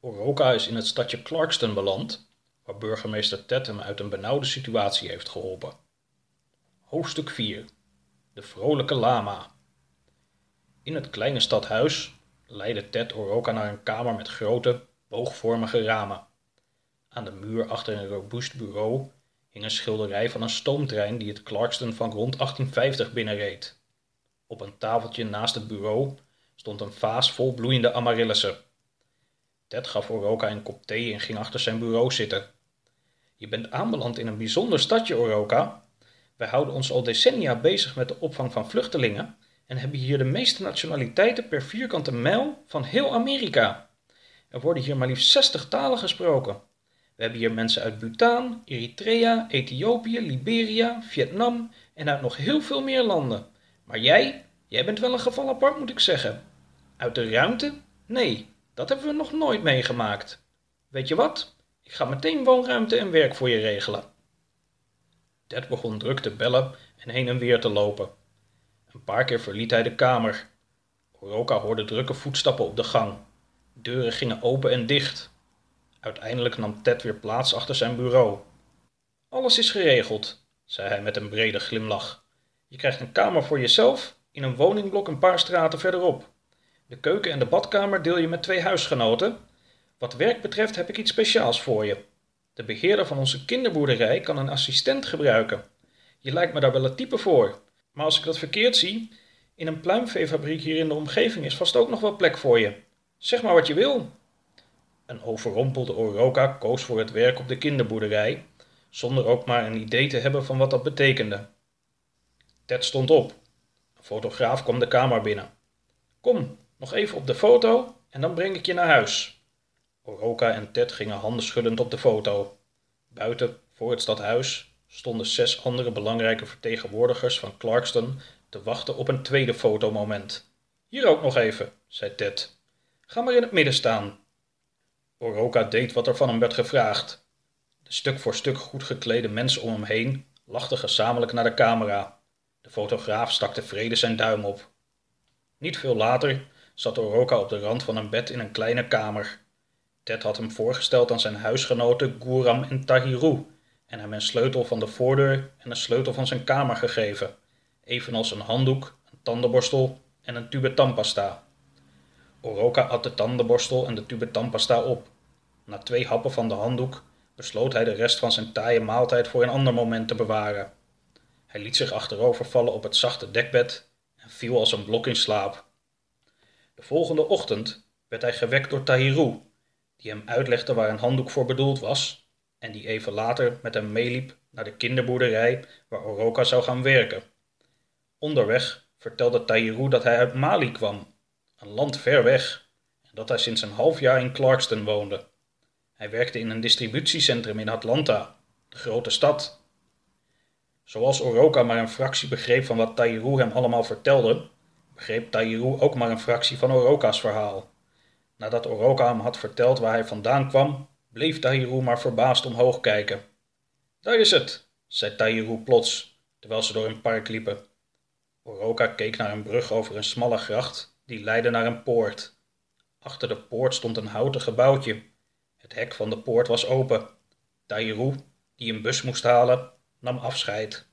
Oroka is in het stadje Clarkston beland, waar burgemeester Ted hem uit een benauwde situatie heeft geholpen. Hoofdstuk 4. De vrolijke lama. In het kleine stadhuis leidde Ted Oroka naar een kamer met grote, boogvormige ramen. Aan de muur achter een robuust bureau hing een schilderij van een stoomtrein die het Clarkston van rond 1850 binnenreed. Op een tafeltje naast het bureau stond een vaas vol bloeiende amaryllissen. Ted gaf Oroka een kop thee en ging achter zijn bureau zitten. Je bent aanbeland in een bijzonder stadje, Oroka. Wij houden ons al decennia bezig met de opvang van vluchtelingen en hebben hier de meeste nationaliteiten per vierkante mijl van heel Amerika. Er worden hier maar liefst 60 talen gesproken. We hebben hier mensen uit Bhutan, Eritrea, Ethiopië, Liberia, Vietnam en uit nog heel veel meer landen. Maar jij bent wel een geval apart, moet ik zeggen. Uit de ruimte? Nee, dat hebben we nog nooit meegemaakt. Weet je wat? Ik ga meteen woonruimte en werk voor je regelen. Ted begon druk te bellen en heen en weer te lopen. Een paar keer verliet hij de kamer. Oroka hoorde drukke voetstappen op de gang. Deuren gingen open en dicht. Uiteindelijk nam Ted weer plaats achter zijn bureau. Alles is geregeld, zei hij met een brede glimlach. Je krijgt een kamer voor jezelf in een woningblok een paar straten verderop. De keuken en de badkamer deel je met 2 huisgenoten. Wat werk betreft heb ik iets speciaals voor je. De beheerder van onze kinderboerderij kan een assistent gebruiken. Je lijkt me daar wel het type voor. Maar als ik dat verkeerd zie, in een pluimveefabriek hier in de omgeving is vast ook nog wel plek voor je. Zeg maar wat je wil. Een overrompelde Oroka koos voor het werk op de kinderboerderij, zonder ook maar een idee te hebben van wat dat betekende. Ted stond op. Een fotograaf kwam de kamer binnen. Kom, nog even op de foto en dan breng ik je naar huis. Oroka en Ted gingen handenschuddend op de foto. Buiten, voor het stadhuis, stonden 6 andere belangrijke vertegenwoordigers van Clarkston te wachten op een tweede fotomoment. Hier ook nog even, zei Ted. Ga maar in het midden staan. Oroka deed wat er van hem werd gevraagd. De stuk voor stuk goed geklede mensen om hem heen lachten gezamenlijk naar de camera. De fotograaf stak tevreden zijn duim op. Niet veel later zat Oroka op de rand van een bed in een kleine kamer. Ted had hem voorgesteld aan zijn huisgenoten Guram en Tahiru en hem een sleutel van de voordeur en een sleutel van zijn kamer gegeven, evenals een handdoek, een tandenborstel en een tube tandpasta. Oroka at de tandenborstel en de tube tandpasta op. Na 2 happen van de handdoek besloot hij de rest van zijn taaie maaltijd voor een ander moment te bewaren. Hij liet zich achterover vallen op het zachte dekbed en viel als een blok in slaap. De volgende ochtend werd hij gewekt door Tahiru, die hem uitlegde waar een handdoek voor bedoeld was en die even later met hem meeliep naar de kinderboerderij waar Oroka zou gaan werken. Onderweg vertelde Tahiru dat hij uit Mali kwam, een land ver weg, en dat hij sinds een half jaar in Clarkston woonde. Hij werkte in een distributiecentrum in Atlanta, de grote stad. Zoals Oroka maar een fractie begreep van wat Tahiru hem allemaal vertelde, begreep Tahiru ook maar een fractie van Oroka's verhaal. Nadat Oroka hem had verteld waar hij vandaan kwam, bleef Tahiru maar verbaasd omhoog kijken. Daar is het, zei Tahiru plots, terwijl ze door een park liepen. Oroka keek naar een brug over een smalle gracht die leidde naar een poort. Achter de poort stond een houten gebouwtje. Het hek van de poort was open. Tahiru, die een bus moest halen, nam afscheid.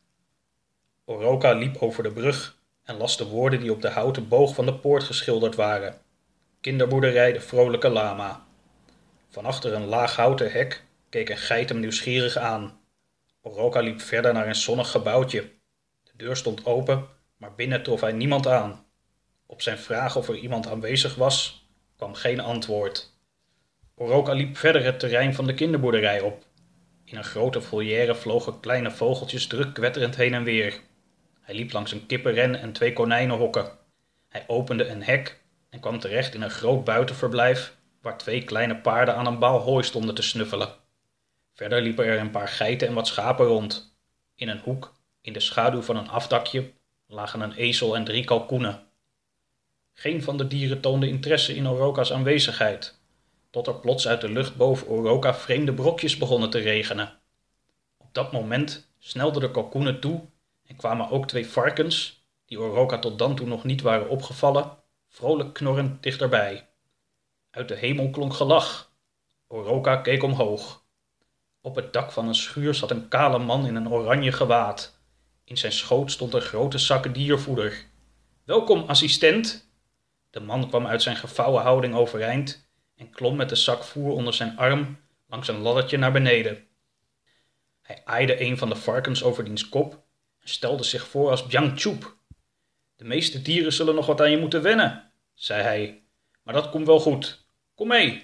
Oroka liep over de brug en las de woorden die op de houten boog van de poort geschilderd waren. Kinderboerderij de vrolijke lama. Van achter een laag houten hek keek een geit hem nieuwsgierig aan. Oroka liep verder naar een zonnig gebouwtje. De deur stond open, maar binnen trof hij niemand aan. Op zijn vraag of er iemand aanwezig was, kwam geen antwoord. Oroka liep verder het terrein van de kinderboerderij op. In een grote volière vlogen kleine vogeltjes druk kwetterend heen en weer. Hij liep langs een kippenren en 2 konijnenhokken. Hij opende een hek en kwam terecht in een groot buitenverblijf waar 2 kleine paarden aan een baal hooi stonden te snuffelen. Verder liepen er een paar geiten en wat schapen rond. In een hoek, in de schaduw van een afdakje, lagen een ezel en 3 kalkoenen. Geen van de dieren toonde interesse in Oroka's aanwezigheid, tot er plots uit de lucht boven Oroka vreemde brokjes begonnen te regenen. Op dat moment snelden de kalkoenen toe en kwamen ook 2 varkens, die Oroka tot dan toe nog niet waren opgevallen, vrolijk knorrend dichterbij. Uit de hemel klonk gelach. Oroka keek omhoog. Op het dak van een schuur zat een kale man in een oranje gewaad. In zijn schoot stond een grote zak diervoeder. Welkom, assistent. De man kwam uit zijn gevouwen houding overeind en klom met de zak voer onder zijn arm langs een laddertje naar beneden. Hij aaide een van de varkens over diens kop en stelde zich voor als Biang Tjoep. De meeste dieren zullen nog wat aan je moeten wennen, zei hij, maar dat komt wel goed. Kom mee.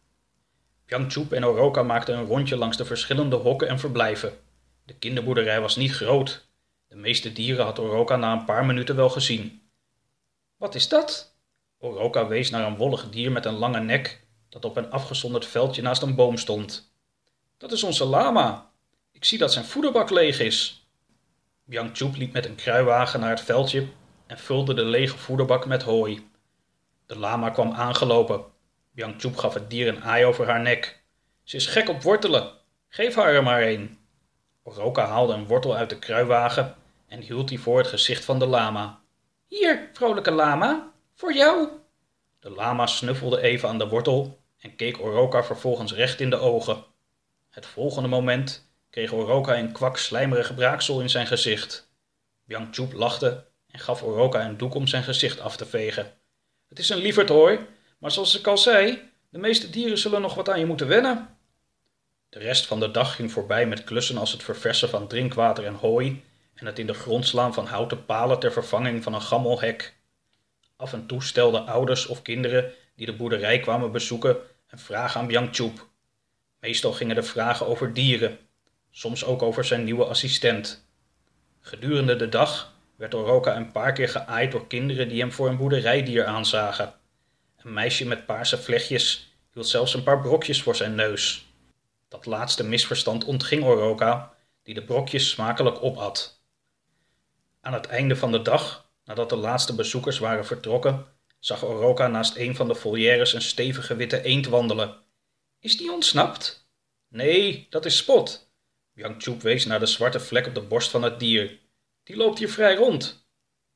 Biang Tjoep en Oroka maakten een rondje langs de verschillende hokken en verblijven. De kinderboerderij was niet groot. De meeste dieren had Oroka na een paar minuten wel gezien. Wat is dat? Oroka wees naar een wollig dier met een lange nek dat op een afgezonderd veldje naast een boom stond. Dat is onze lama. Ik zie dat zijn voederbak leeg is. Biang Tjoep liep met een kruiwagen naar het veldje en vulde de lege voederbak met hooi. De lama kwam aangelopen. Biang Tjoep gaf het dier een aai over haar nek. Ze is gek op wortelen. Geef haar er maar een. Oroka haalde een wortel uit de kruiwagen en hield die voor het gezicht van de lama. Hier, vrolijke lama, voor jou. De lama snuffelde even aan de wortel en keek Oroka vervolgens recht in de ogen. Het volgende moment kreeg Oroka een kwak slijmerige braaksel in zijn gezicht. Biang Tjoep lachte en gaf Oroka een doek om zijn gezicht af te vegen. Het is een lieverd hoor, maar zoals ik al zei, de meeste dieren zullen nog wat aan je moeten wennen. De rest van de dag ging voorbij met klussen als het verversen van drinkwater en hooi en het in de grond slaan van houten palen ter vervanging van een gammel hek. Af en toe stelden ouders of kinderen die de boerderij kwamen bezoeken een vraag aan Biang Tjoep. Meestal gingen de vragen over dieren, soms ook over zijn nieuwe assistent. Gedurende de dag werd Oroka een paar keer geaaid door kinderen die hem voor een boerderijdier aanzagen. Een meisje met paarse vlechtjes hield zelfs een paar brokjes voor zijn neus. Dat laatste misverstand ontging Oroka, die de brokjes smakelijk opat. Aan het einde van de dag, nadat de laatste bezoekers waren vertrokken, zag Oroka naast een van de volières een stevige witte eend wandelen. Is die ontsnapt? Nee, dat is Spot. Biang Tjoep wees naar de zwarte vlek op de borst van het dier. Die loopt hier vrij rond.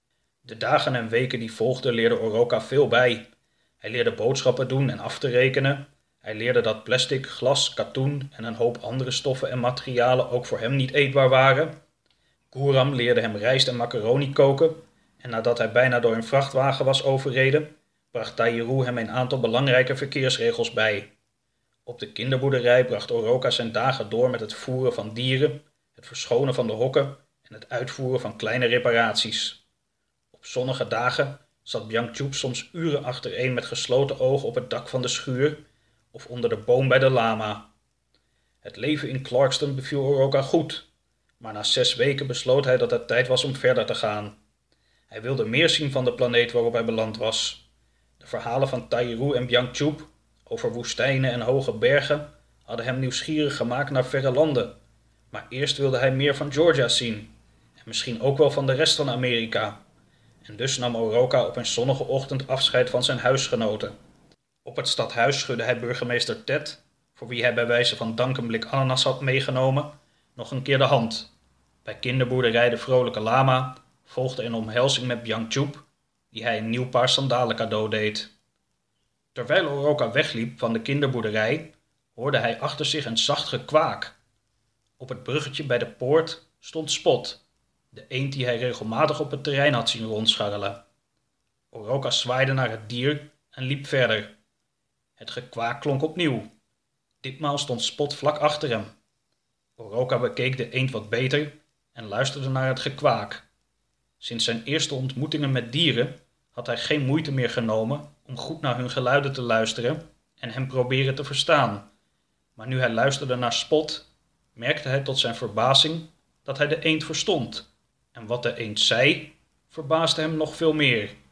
De dagen en weken die volgden leerde Oroka veel bij. Hij leerde boodschappen doen en af te rekenen. Hij leerde dat plastic, glas, katoen en een hoop andere stoffen en materialen ook voor hem niet eetbaar waren. Guram leerde hem rijst en macaroni koken en nadat hij bijna door een vrachtwagen was overreden, bracht Tahiru hem een aantal belangrijke verkeersregels bij. Op de kinderboerderij bracht Oroka zijn dagen door met het voeren van dieren, het verschonen van de hokken en het uitvoeren van kleine reparaties. Op zonnige dagen zat Biang Tjoep soms uren achtereen met gesloten ogen op het dak van de schuur of onder de boom bij de lama. Het leven in Clarkston beviel Oroka goed, maar na 6 weken besloot hij dat het tijd was om verder te gaan. Hij wilde meer zien van de planeet waarop hij beland was. De verhalen van Tahiru en Biang Tjoep over woestijnen en hoge bergen hadden hem nieuwsgierig gemaakt naar verre landen, maar eerst wilde hij meer van Georgia zien en misschien ook wel van de rest van Amerika. En dus nam Oroka op een zonnige ochtend afscheid van zijn huisgenoten. Op het stadhuis schudde hij burgemeester Ted, voor wie hij bij wijze van dank een blik ananas had meegenomen, nog een keer de hand. Bij kinderboerderij De Vrolijke Lama volgde een omhelzing met Biang Tjoep, die hij een nieuw paar sandalen cadeau deed. Terwijl Oroka wegliep van de kinderboerderij, hoorde hij achter zich een zacht gekwaak. Op het bruggetje bij de poort stond Spot, de eend die hij regelmatig op het terrein had zien rondscharrelen. Oroka zwaaide naar het dier en liep verder. Het gekwaak klonk opnieuw. Ditmaal stond Spot vlak achter hem. Oroka bekeek de eend wat beter en luisterde naar het gekwaak. Sinds zijn eerste ontmoetingen met dieren had hij geen moeite meer genomen om goed naar hun geluiden te luisteren en hen proberen te verstaan. Maar nu hij luisterde naar Spot, merkte hij tot zijn verbazing dat hij de eend verstond. En wat de eend zei, verbaasde hem nog veel meer.